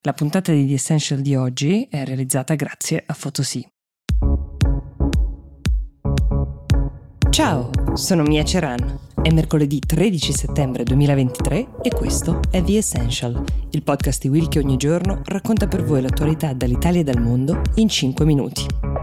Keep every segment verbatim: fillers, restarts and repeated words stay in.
La puntata di The Essential di oggi è realizzata grazie a Photosea. Ciao, sono Mia Ceran. È mercoledì tredici settembre duemilaventitré e questo è The Essential, il podcast di Will che ogni giorno racconta per voi l'attualità dall'Italia e dal mondo in cinque minuti.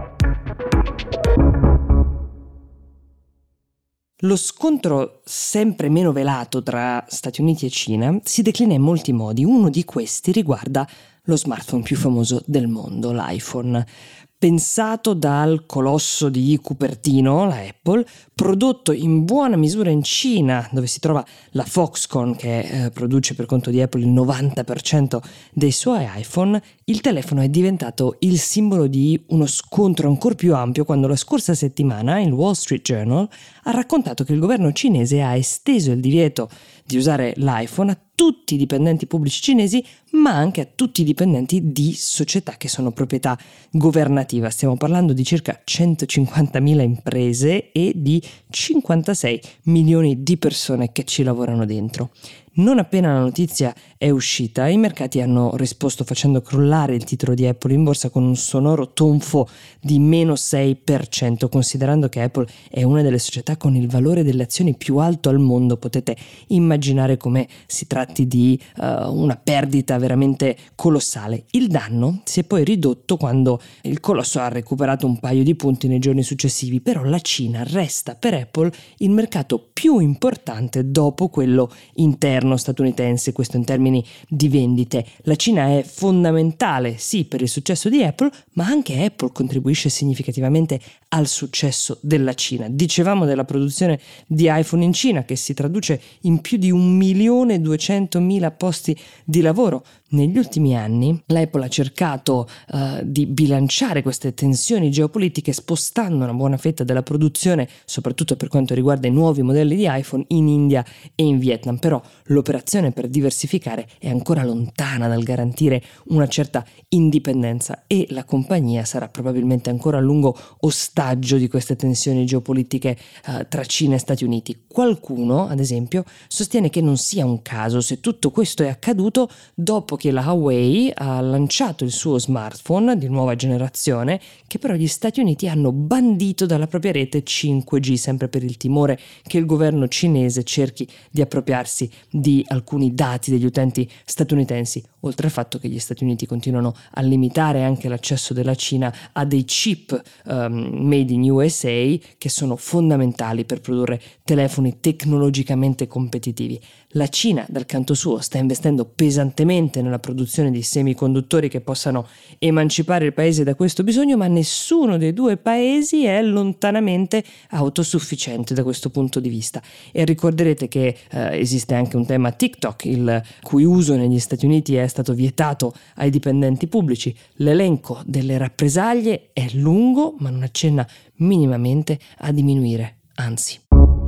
Lo scontro sempre meno velato tra Stati Uniti e Cina si declina in molti modi. Uno di questi riguarda lo smartphone più famoso del mondo, l'iPhone. Pensato dal colosso di Cupertino, la Apple, prodotto in buona misura in Cina, dove si trova la Foxconn che eh, produce per conto di Apple il novanta per cento dei suoi iPhone, il telefono è diventato il simbolo di uno scontro ancora più ampio quando la scorsa settimana il Wall Street Journal ha raccontato che il governo cinese ha esteso il divieto di usare l'iPhone a tutti i dipendenti pubblici cinesi, ma anche a tutti i dipendenti di società che sono proprietà governativa. Stiamo parlando di circa centocinquantamila imprese e di cinquantasei milioni di persone che ci lavorano dentro. Non appena la notizia è uscita, i mercati hanno risposto facendo crollare il titolo di Apple in borsa con un sonoro tonfo di meno sei per cento, considerando che Apple è una delle società con il valore delle azioni più alto al mondo. Potete immaginare come si tratti di uh, una perdita veramente colossale. Il danno si è poi ridotto quando il colosso ha recuperato un paio di punti nei giorni successivi, però la Cina resta per Apple il mercato più importante dopo quello interno statunitense, questo in termini di vendite. La Cina è fondamentale sì per il successo di Apple, ma anche Apple contribuisce significativamente al successo della Cina. Dicevamo della produzione di iPhone in Cina, che si traduce in più di un milione e duecentomila posti di lavoro. Negli ultimi anni l'Apple ha cercato uh, di bilanciare queste tensioni geopolitiche spostando una buona fetta della produzione, soprattutto per quanto riguarda i nuovi modelli di iPhone, in India e in Vietnam. Però l'operazione per diversificare è ancora lontana dal garantire una certa indipendenza e la compagnia sarà probabilmente ancora a lungo ostaggio di queste tensioni geopolitiche uh, tra Cina e Stati Uniti. Qualcuno, ad esempio, sostiene che non sia un caso se tutto questo è accaduto dopo che la Huawei ha lanciato il suo smartphone di nuova generazione, che però gli Stati Uniti hanno bandito dalla propria rete cinque G, sempre per il timore che il governo cinese cerchi di appropriarsi di alcuni dati degli utenti statunitensi, oltre al fatto che gli Stati Uniti continuano a limitare anche l'accesso della Cina a dei chip um, made in U S A che sono fondamentali per produrre telefoni tecnologicamente competitivi. La Cina, dal canto suo, sta investendo pesantemente nella produzione di semiconduttori che possano emancipare il paese da questo bisogno, ma nessuno dei due paesi è lontanamente autosufficiente da questo punto di vista. E ricorderete che eh, esiste anche un tema TikTok, il cui uso negli Stati Uniti è stato vietato ai dipendenti pubblici. L'elenco delle rappresaglie è lungo, ma non accenna minimamente a diminuire, anzi.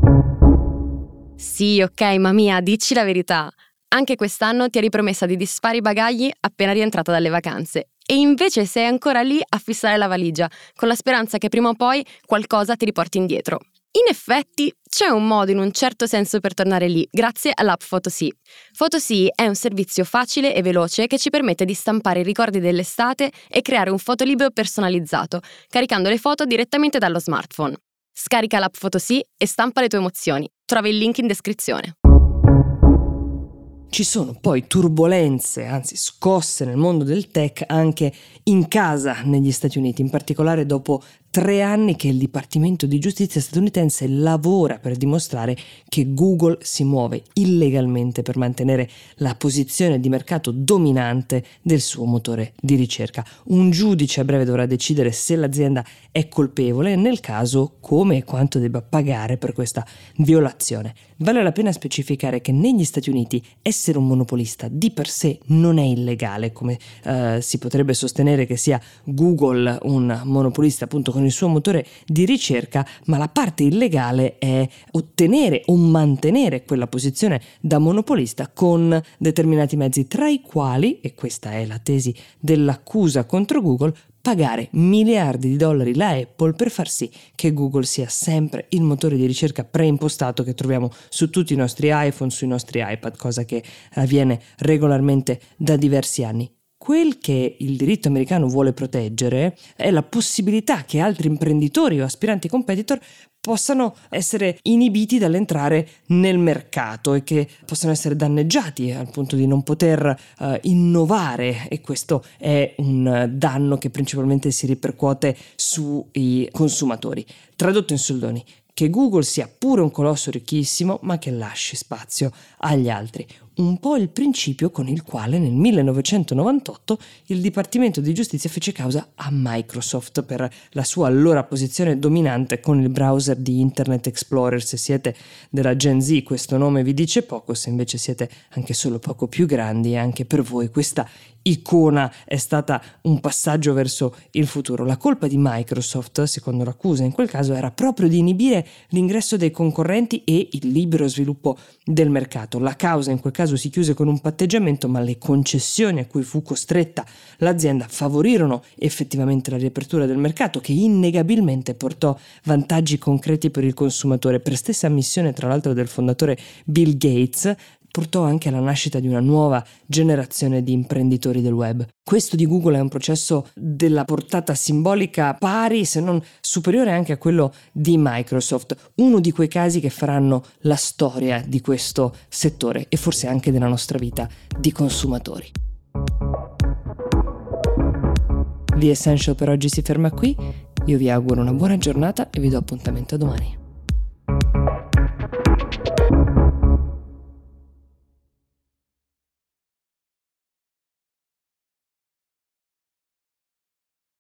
Sì, ok, ma Mia, dici la verità. Anche quest'anno ti eri promessa di disfare i bagagli appena rientrata dalle vacanze. E invece sei ancora lì a fissare la valigia, con la speranza che prima o poi qualcosa ti riporti indietro. In effetti, c'è un modo in un certo senso per tornare lì, grazie all'app Photosea. Photosea è un servizio facile e veloce che ci permette di stampare i ricordi dell'estate e creare un fotolibro personalizzato, caricando le foto direttamente dallo smartphone. Scarica l'app Photosea e stampa le tue emozioni. Trovi il link in descrizione. Ci sono poi turbolenze, anzi scosse nel mondo del tech anche in casa negli Stati Uniti, in particolare dopo tre anni che il Dipartimento di Giustizia statunitense lavora per dimostrare che Google si muove illegalmente per mantenere la posizione di mercato dominante del suo motore di ricerca. Un giudice a breve dovrà decidere se l'azienda è colpevole e nel caso come e quanto debba pagare per questa violazione. Vale la pena specificare che negli Stati Uniti essere un monopolista di per sé non è illegale, come eh, si potrebbe sostenere che sia Google un monopolista appunto con il suo motore di ricerca, ma la parte illegale è ottenere o mantenere quella posizione da monopolista con determinati mezzi, tra i quali, e questa è la tesi dell'accusa contro Google, pagare miliardi di dollari la Apple per far sì che Google sia sempre il motore di ricerca preimpostato che troviamo su tutti i nostri iPhone, sui nostri iPad, cosa che avviene regolarmente da diversi anni. quel che il diritto americano vuole proteggere è la possibilità che altri imprenditori o aspiranti competitor possano essere inibiti dall'entrare nel mercato e che possano essere danneggiati al punto di non poter uh, innovare, e questo è un danno che principalmente si ripercuote sui consumatori. Tradotto in soldoni, che Google sia pure un colosso ricchissimo, ma che lasci spazio agli altri. Un po' il principio con il quale nel millenovecentonovantotto il Dipartimento di Giustizia fece causa a Microsoft per la sua allora posizione dominante con il browser di Internet Explorer. Se siete della Gen Z questo nome vi dice poco, se invece siete anche solo poco più grandi, anche per voi questa icona è stata un passaggio verso il futuro. La colpa di Microsoft, secondo l'accusa in quel caso, era proprio di inibire l'ingresso dei concorrenti e il libero sviluppo del mercato. La causa in quel caso si chiuse con un patteggiamento, ma le concessioni a cui fu costretta l'azienda favorirono effettivamente la riapertura del mercato, che innegabilmente portò vantaggi concreti per il consumatore. Per stessa ammissione, tra l'altro, del fondatore Bill Gates, portò anche alla nascita di una nuova generazione di imprenditori del web. Questo di Google è un processo della portata simbolica pari, se non superiore anche a quello di Microsoft, uno di quei casi che faranno la storia di questo settore e forse anche della nostra vita di consumatori. The Essential per oggi si ferma qui, io vi auguro una buona giornata e vi do appuntamento a domani.